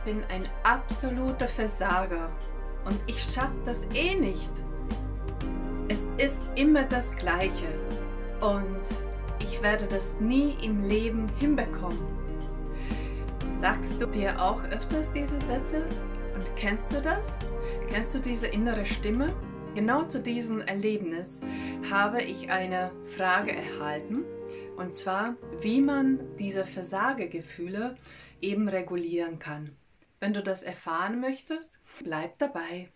bin ein absoluter Versager und ich schaffe das eh nicht. Es ist immer das Gleiche und ich werde das nie im Leben hinbekommen. Sagst du dir auch öfters diese Sätze und kennst du das? Kennst du diese innere Stimme? Genau zu diesem Erlebnis habe ich eine Frage erhalten, und zwar, wie man diese Versagegefühle eben regulieren kann. Wenn du das erfahren möchtest, bleib dabei.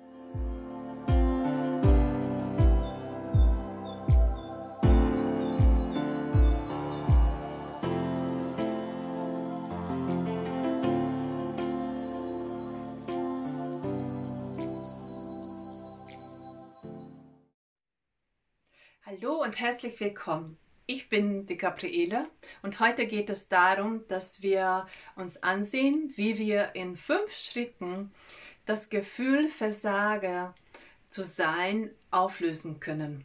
Hallo und herzlich willkommen. Ich bin die Gabriele und heute geht es darum, dass wir uns ansehen, wie wir in 5 Schritten das Gefühl, Versager zu sein, auflösen können.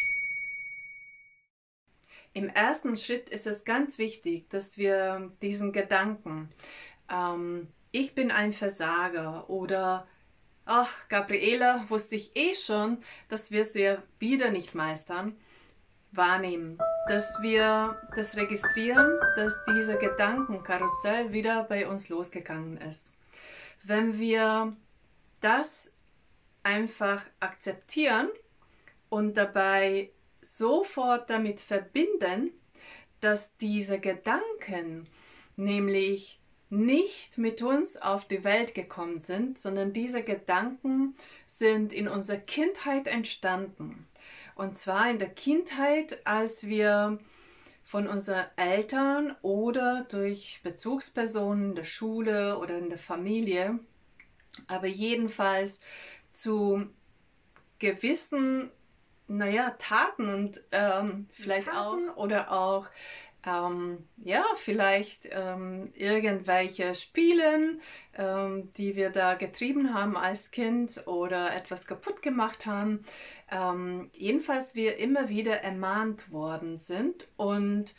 Im ersten Schritt ist es ganz wichtig, dass wir diesen Gedanken, ich bin ein Versager oder ach, Gabriele, wusste ich eh schon, das wirst du ja wieder nicht meistern, wahrnehmen, dass wir das registrieren, dass dieser Gedankenkarussell wieder bei uns losgegangen ist. Wenn wir das einfach akzeptieren und dabei sofort damit verbinden, dass diese Gedanken nämlich nicht mit uns auf die Welt gekommen sind, sondern diese Gedanken sind in unserer Kindheit entstanden. Und zwar in der Kindheit, als wir von unseren Eltern oder durch Bezugspersonen in der Schule oder in der Familie, aber jedenfalls zu gewissen, Taten und vielleicht auch oder auch vielleicht irgendwelche Spielen, die wir da getrieben haben als Kind oder etwas kaputt gemacht haben. Jedenfalls wir immer wieder ermahnt worden sind und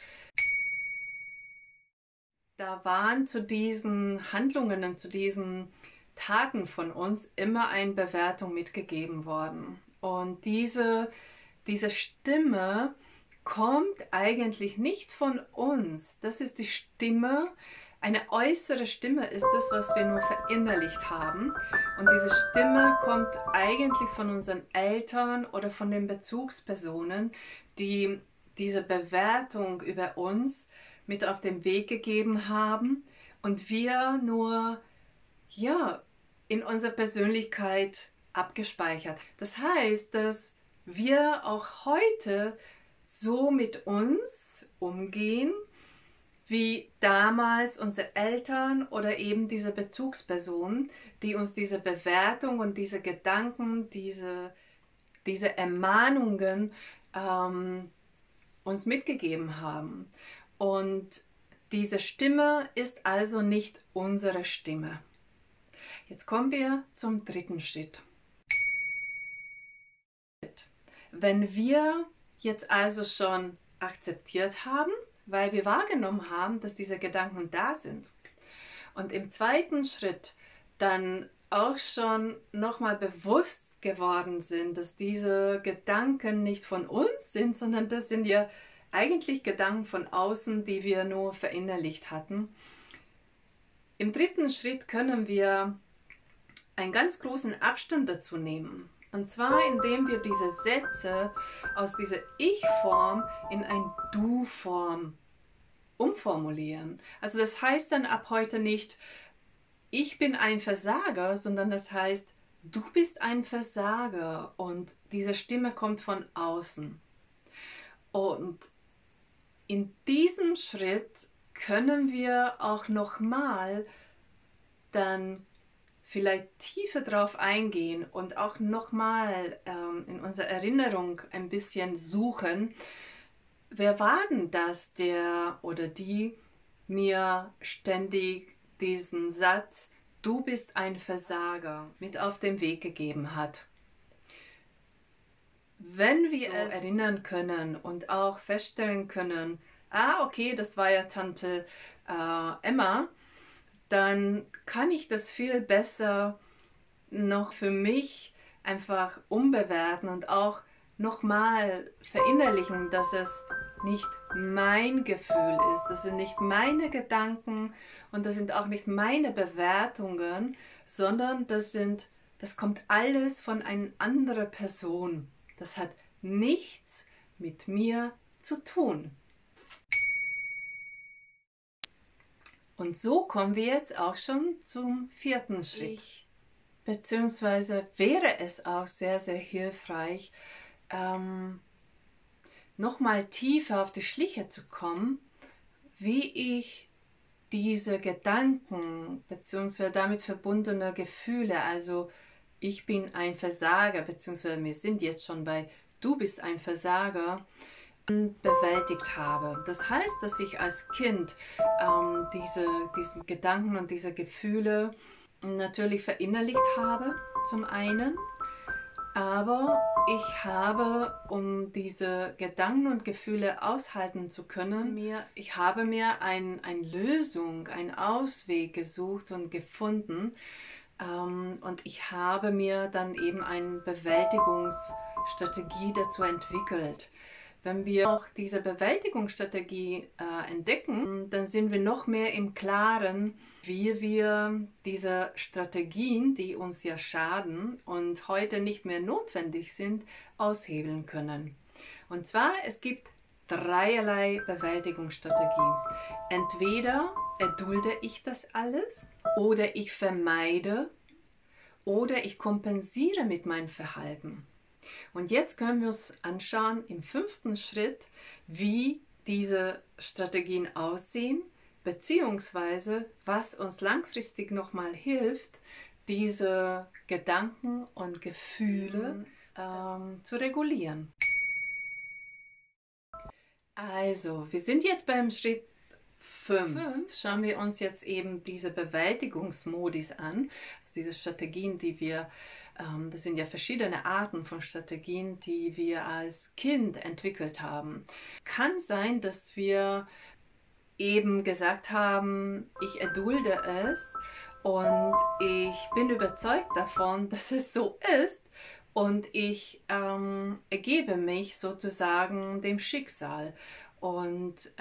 da waren zu diesen Handlungen und zu diesen Taten von uns immer eine Bewertung mitgegeben worden. Und diese Stimme kommt eigentlich nicht von uns. Das ist die Stimme, eine äußere Stimme ist es, was wir nur verinnerlicht haben. Und diese Stimme kommt eigentlich von unseren Eltern oder von den Bezugspersonen, die diese Bewertung über uns mit auf den Weg gegeben haben und wir nur in unserer Persönlichkeit abgespeichert. Das heißt, dass wir auch heute so mit uns umgehen, wie damals unsere Eltern oder eben diese Bezugspersonen, die uns diese Bewertung und diese Gedanken, diese Ermahnungen uns mitgegeben haben. Und diese Stimme ist also nicht unsere Stimme. Jetzt kommen wir zum dritten Schritt. Wenn wir jetzt also schon akzeptiert haben, weil wir wahrgenommen haben, dass diese Gedanken da sind und im zweiten Schritt dann auch schon nochmal bewusst geworden sind, dass diese Gedanken nicht von uns sind, sondern das sind ja eigentlich Gedanken von außen, die wir nur verinnerlicht hatten. Im dritten Schritt können wir einen ganz großen Abstand dazu nehmen. Und zwar, indem wir diese Sätze aus dieser Ich-Form in eine Du-Form umformulieren. Also das heißt dann ab heute nicht, ich bin ein Versager, sondern das heißt, du bist ein Versager und diese Stimme kommt von außen. Und in diesem Schritt können wir auch nochmal dann vielleicht tiefer drauf eingehen und auch nochmal in unserer Erinnerung ein bisschen suchen, wer war denn das, der oder die mir ständig diesen Satz, du bist ein Versager, mit auf den Weg gegeben hat. Wenn wir es erinnern können und auch feststellen können, okay, das war ja Tante Emma, dann kann ich das viel besser noch für mich einfach umbewerten und auch nochmal verinnerlichen, dass es nicht mein Gefühl ist, das sind nicht meine Gedanken und das sind auch nicht meine Bewertungen, sondern das kommt alles von einer anderen Person. Das hat nichts mit mir zu tun. Und so kommen wir jetzt auch schon zum 4. Schritt. Beziehungsweise wäre es auch sehr, sehr hilfreich, nochmal tiefer auf die Schliche zu kommen, wie ich diese Gedanken beziehungsweise damit verbundene Gefühle, also ich bin ein Versager, beziehungsweise wir sind jetzt schon bei du bist ein Versager, bewältigt habe. Das heißt, dass ich als Kind diesen Gedanken und diese Gefühle natürlich verinnerlicht habe, zum einen, aber ich habe, um diese Gedanken und Gefühle aushalten zu können, ich habe mir eine Lösung, einen Ausweg gesucht und gefunden, und ich habe mir dann eben eine Bewältigungsstrategie dazu entwickelt. Wenn wir auch diese Bewältigungsstrategie entdecken, dann sind wir noch mehr im Klaren, wie wir diese Strategien, die uns ja schaden und heute nicht mehr notwendig sind, aushebeln können. Und zwar, es gibt dreierlei Bewältigungsstrategien. Entweder erdulde ich das alles oder ich vermeide oder ich kompensiere mit meinem Verhalten. Und jetzt können wir uns anschauen im 5. Schritt, wie diese Strategien aussehen, beziehungsweise was uns langfristig nochmal hilft, diese Gedanken und Gefühle zu regulieren. Also, wir sind jetzt beim Schritt 5. Schauen wir uns jetzt eben diese Bewältigungsmodis an, also diese Strategien, die wir das sind ja verschiedene Arten von Strategien, die wir als Kind entwickelt haben. Kann sein, dass wir eben gesagt haben, ich erdulde es und ich bin überzeugt davon, dass es so ist und ich ergebe mich sozusagen dem Schicksal und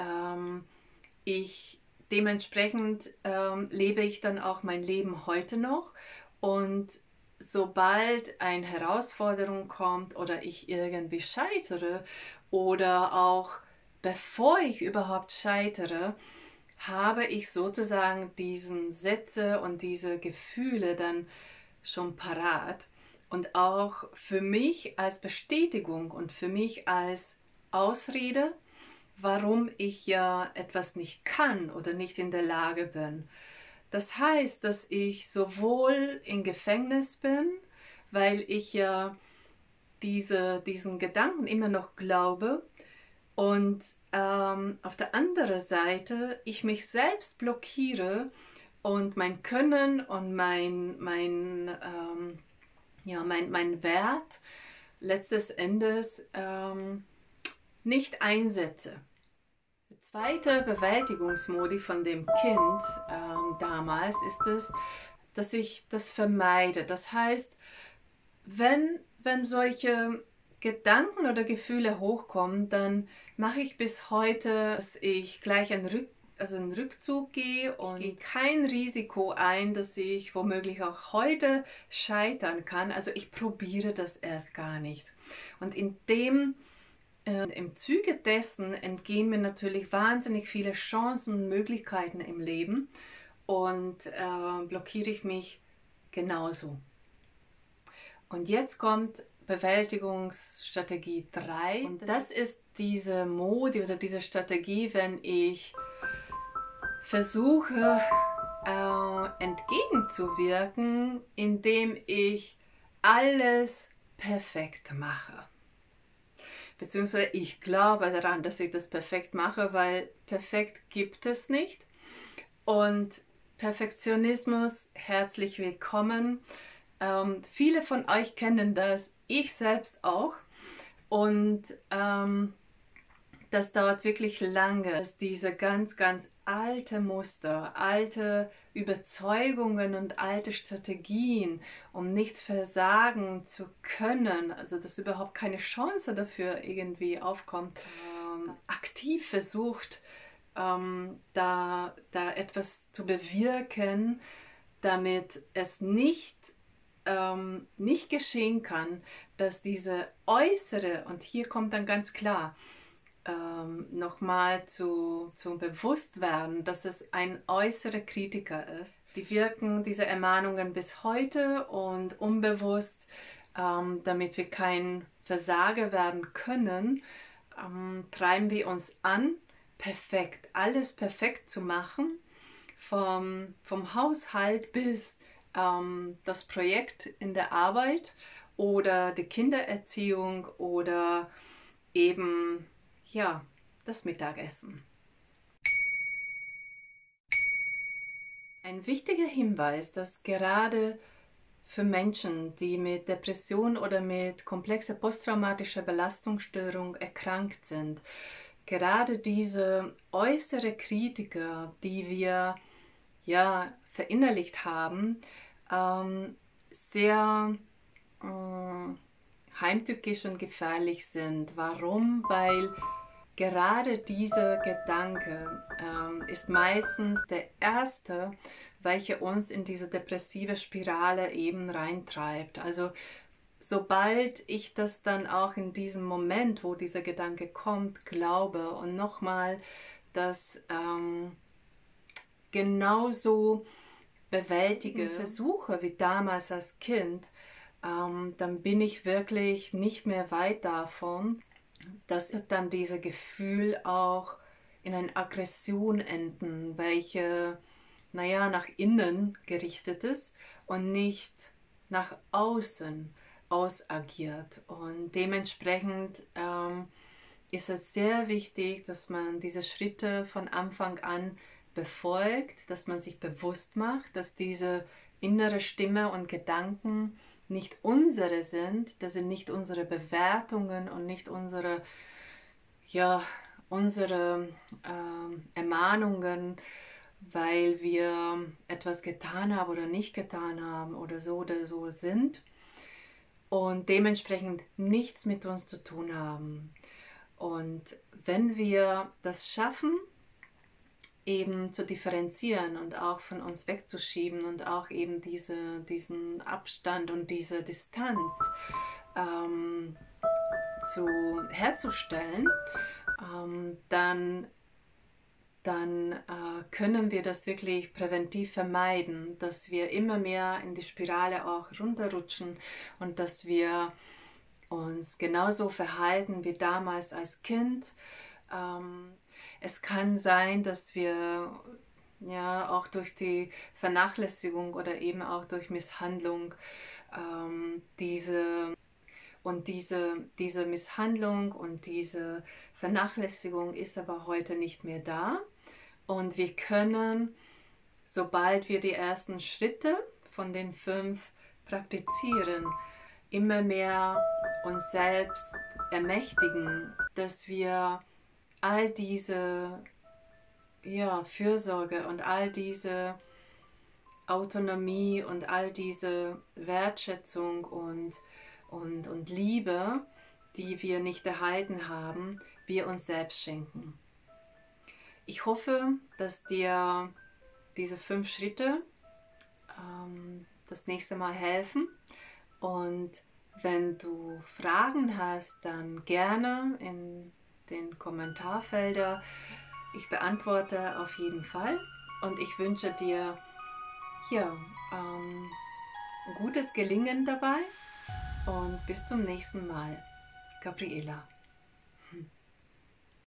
dementsprechend lebe ich dann auch mein Leben heute noch und sobald eine Herausforderung kommt oder ich irgendwie scheitere oder auch bevor ich überhaupt scheitere, habe ich sozusagen diesen Sätze und diese Gefühle dann schon parat und auch für mich als Bestätigung und für mich als Ausrede, warum ich ja etwas nicht kann oder nicht in der Lage bin. Das heißt, dass ich sowohl im Gefängnis bin, weil ich ja diesen Gedanken immer noch glaube und auf der anderen Seite ich mich selbst blockiere und mein Können und mein Wert letztes Endes nicht einsetze. Der zweite Bewältigungsmodi von dem Kind damals ist es, dass ich das vermeide. Das heißt, wenn solche Gedanken oder Gefühle hochkommen, dann mache ich bis heute, dass ich gleich einen Rückzug gehe und gehe kein Risiko ein, dass ich womöglich auch heute scheitern kann. Also ich probiere das erst gar nicht. Und im Zuge dessen entgehen mir natürlich wahnsinnig viele Chancen und Möglichkeiten im Leben und blockiere ich mich genauso. Und jetzt kommt Bewältigungsstrategie 3 und das ist diese Modi oder diese Strategie, wenn ich versuche entgegenzuwirken, indem ich alles perfekt mache. Beziehungsweise ich glaube daran, dass ich das perfekt mache, weil perfekt gibt es nicht. Und Perfektionismus, herzlich willkommen. Viele von euch kennen das, ich selbst auch. Und das dauert wirklich lange, dass diese ganz, ganz alte Muster, alte Überzeugungen und alte Strategien, um nicht versagen zu können, also dass überhaupt keine Chance dafür irgendwie aufkommt, aktiv versucht, da etwas zu bewirken, damit es nicht geschehen kann, dass diese äußere, und hier kommt dann ganz klar, nochmal zum Bewusstwerden, dass es ein äußerer Kritiker ist. Die wirken diese Ermahnungen bis heute und unbewusst, damit wir kein Versager werden können, treiben wir uns an, perfekt, alles perfekt zu machen, vom Haushalt bis das Projekt in der Arbeit oder die Kindererziehung oder eben ja, das Mittagessen. Ein wichtiger Hinweis, dass gerade für Menschen, die mit Depression oder mit komplexer posttraumatischer Belastungsstörung erkrankt sind, gerade diese äußere Kritiker, die wir ja verinnerlicht haben, sehr heimtückisch und gefährlich sind. Warum? Weil gerade dieser Gedanke ist meistens der erste, welcher uns in diese depressive Spirale eben reintreibt. Also sobald ich das dann auch in diesem Moment, wo dieser Gedanke kommt, glaube und nochmal das genauso bewältige, versuche wie damals als Kind, dann bin ich wirklich nicht mehr weit davon, dass dann dieses Gefühl auch in eine Aggression enden, welche, naja, nach innen gerichtet ist und nicht nach außen ausagiert. Und dementsprechend ist es sehr wichtig, dass man diese Schritte von Anfang an befolgt, dass man sich bewusst macht, dass diese innere Stimme und Gedanken nicht unsere sind, das sind nicht unsere Bewertungen und nicht unsere Ermahnungen, weil wir etwas getan haben oder nicht getan haben oder so sind und dementsprechend nichts mit uns zu tun haben. Und wenn wir das schaffen, eben zu differenzieren und auch von uns wegzuschieben und auch eben diesen Abstand und diese Distanz herzustellen, dann können wir das wirklich präventiv vermeiden, dass wir immer mehr in die Spirale auch runterrutschen und dass wir uns genauso verhalten wie damals als Kind. Es kann sein, dass wir ja auch durch die Vernachlässigung oder eben auch durch Misshandlung diese Misshandlung und diese Vernachlässigung ist aber heute nicht mehr da. Und wir können, sobald wir die ersten Schritte von den 5 praktizieren, immer mehr uns selbst ermächtigen, dass wir all diese Fürsorge und all diese Autonomie und all diese Wertschätzung und Liebe, die wir nicht erhalten haben, wir uns selbst schenken. Ich hoffe, dass dir diese 5 Schritte das nächste Mal helfen und wenn du Fragen hast, dann gerne in den Kommentarfeldern. Ich beantworte auf jeden Fall und ich wünsche dir gutes Gelingen dabei und bis zum nächsten Mal. Gabriela.